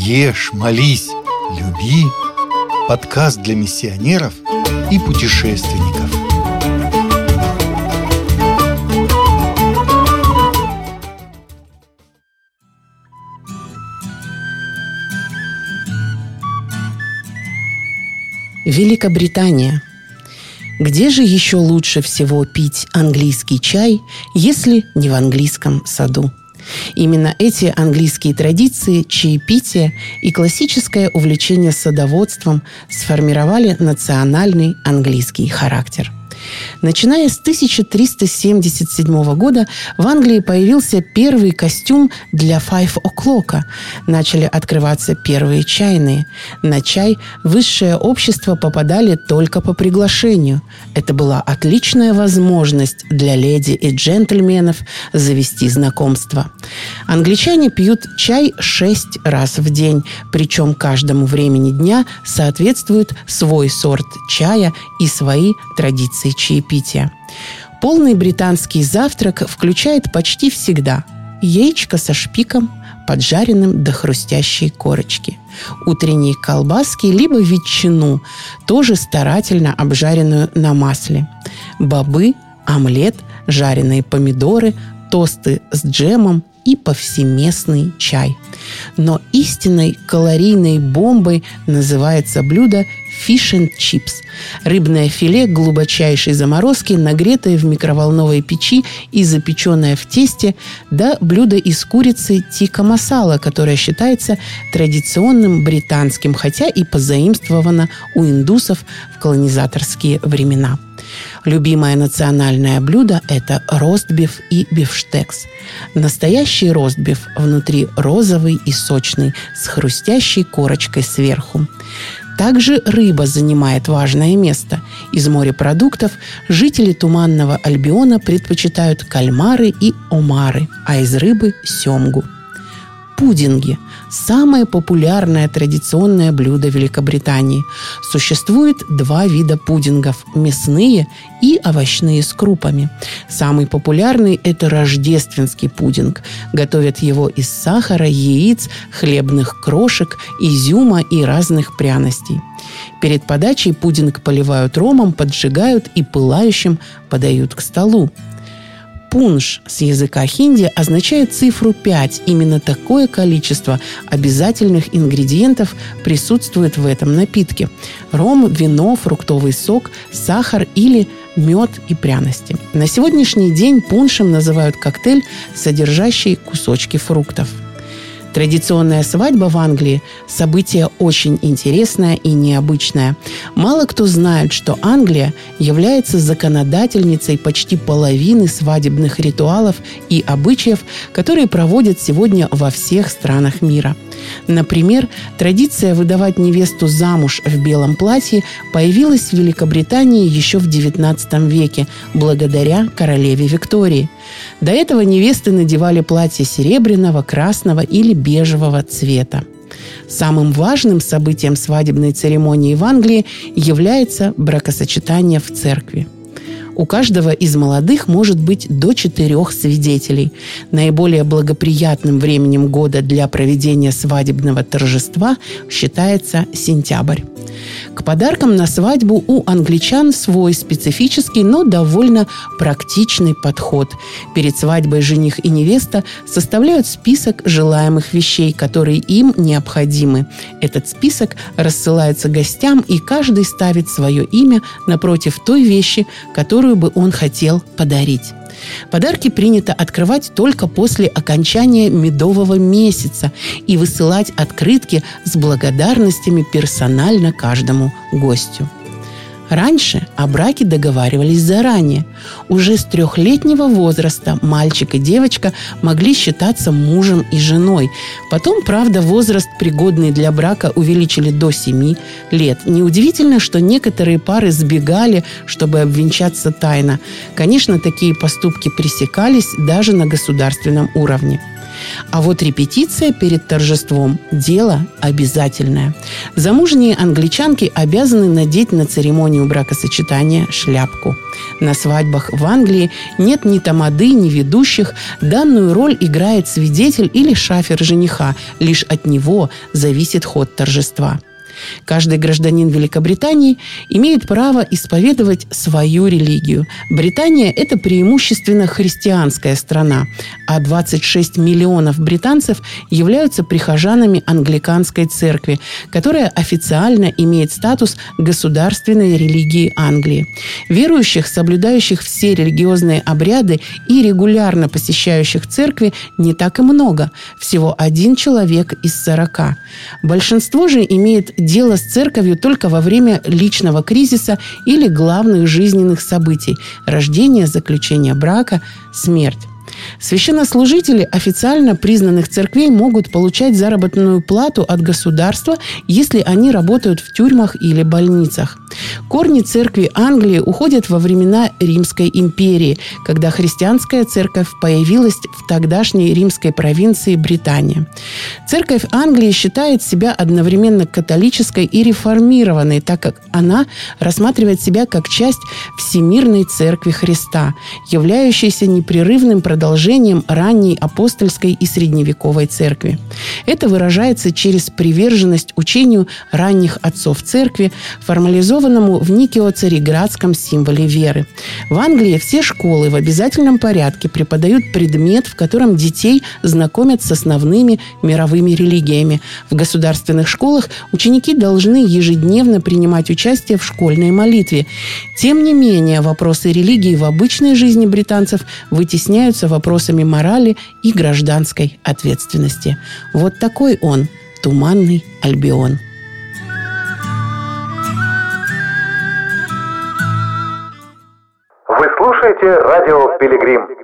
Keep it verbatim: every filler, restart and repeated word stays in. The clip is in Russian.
Ешь, молись, люби. Подкаст для миссионеров и путешественников. Великобритания. Где же еще лучше всего пить английский чай, если не в английском саду? Именно эти английские традиции, чаепитие и классическое увлечение садоводством сформировали национальный английский характер. Начиная с тысяча триста семьдесят седьмого года в Англии появился первый костюм для five o'clock. Начали открываться первые чайные. На чай высшее общество попадали только по приглашению. Это была отличная возможность для леди и джентльменов завести знакомство. Англичане пьют чай шесть раз в день, причем каждому времени дня соответствует свой сорт чая и свои традиции чаепития. Полный британский завтрак включает почти всегда яичко со шпиком, поджаренным до хрустящей корочки, утренние колбаски либо ветчину, тоже старательно обжаренную на масле, бобы, омлет, жареные помидоры, тосты с джемом и повсеместный чай. Но истинной калорийной бомбой называется блюдо fish and chips – рыбное филе глубочайшей заморозки, нагретое в микроволновой печи и запеченное в тесте, да блюдо из курицы тикка масала, которое считается традиционным британским, хотя и позаимствовано у индусов в колонизаторские времена. Любимое национальное блюдо – это ростбиф и бифштекс. Настоящий ростбиф внутри розовый и сочный, с хрустящей корочкой сверху. Также рыба занимает важное место. Из морепродуктов жители Туманного Альбиона предпочитают кальмары и омары, а из рыбы – семгу. Пудинги – самое популярное традиционное блюдо Великобритании. Существует два вида пудингов – мясные и овощные с крупами. Самый популярный – это рождественский пудинг. Готовят его из сахара, яиц, хлебных крошек, изюма и разных пряностей. Перед подачей пудинг поливают ромом, поджигают и пылающим подают к столу. Пунш с языка хинди означает цифру пять. Именно такое количество обязательных ингредиентов присутствует в этом напитке. Ром, вино, фруктовый сок, сахар или мед и пряности. На сегодняшний день пуншем называют коктейль, содержащий кусочки фруктов. Традиционная свадьба в Англии – событие очень интересное и необычное. Мало кто знает, что Англия является законодательницей почти половины свадебных ритуалов и обычаев, которые проводят сегодня во всех странах мира. Например, традиция выдавать невесту замуж в белом платье появилась в Великобритании еще в девятнадцатом веке, благодаря королеве Виктории. До этого невесты надевали платья серебряного, красного или бежевого цвета. Самым важным событием свадебной церемонии в Англии является бракосочетание в церкви. У каждого из молодых может быть до четырех свидетелей. Наиболее благоприятным временем года для проведения свадебного торжества считается сентябрь. К подаркам на свадьбу у англичан свой специфический, но довольно практичный подход. Перед свадьбой жених и невеста составляют список желаемых вещей, которые им необходимы. Этот список рассылается гостям, и каждый ставит свое имя напротив той вещи, которую бы он хотел подарить. Подарки принято открывать только после окончания медового месяца и высылать открытки с благодарностями персонально каждому гостю. Раньше о браке договаривались заранее. Уже с трехлетнего возраста мальчик и девочка могли считаться мужем и женой. Потом, правда, возраст, пригодный для брака, увеличили до семи лет. Неудивительно, что некоторые пары сбегали, чтобы обвенчаться тайно. Конечно, такие поступки пресекались даже на государственном уровне. А вот репетиция перед торжеством – дело обязательное. Замужние англичанки обязаны надеть на церемонию бракосочетания шляпку. На свадьбах в Англии нет ни тамады, ни ведущих. Данную роль играет свидетель или шафер жениха. Лишь от него зависит ход торжества. Каждый гражданин Великобритании имеет право исповедовать свою религию. Британия – это преимущественно христианская страна, а двадцать шесть миллионов британцев являются прихожанами англиканской церкви, которая официально имеет статус государственной религии Англии. Верующих, соблюдающих все религиозные обряды и регулярно посещающих церкви не так и много – всего один человек из сорока. Большинство же имеет дело с церковью только во время личного кризиса или главных жизненных событий – рождение, заключение брака, смерть. Священнослужители официально признанных церквей могут получать заработную плату от государства, если они работают в тюрьмах или больницах. Корни церкви Англии уходят во времена Римской империи, когда христианская церковь появилась в тогдашней римской провинции Британия. Церковь Англии считает себя одновременно католической и реформированной, так как она рассматривает себя как часть Всемирной Церкви Христа, являющейся непрерывным продолжением ранней апостольской и средневековой церкви. Это выражается через приверженность учению ранних отцов церкви, формализованному в Никео-Цареградском символе веры. В Англии все школы в обязательном порядке преподают предмет, в котором детей знакомят с основными мировыми религиями. В государственных школах ученики должны ежедневно принимать участие в школьной молитве. Тем не менее, вопросы религии в обычной жизни британцев вытесняются вопросами морали и гражданской ответственности. Вот такой он, туманный Альбион. Вы слушаете радио «Пилигрим».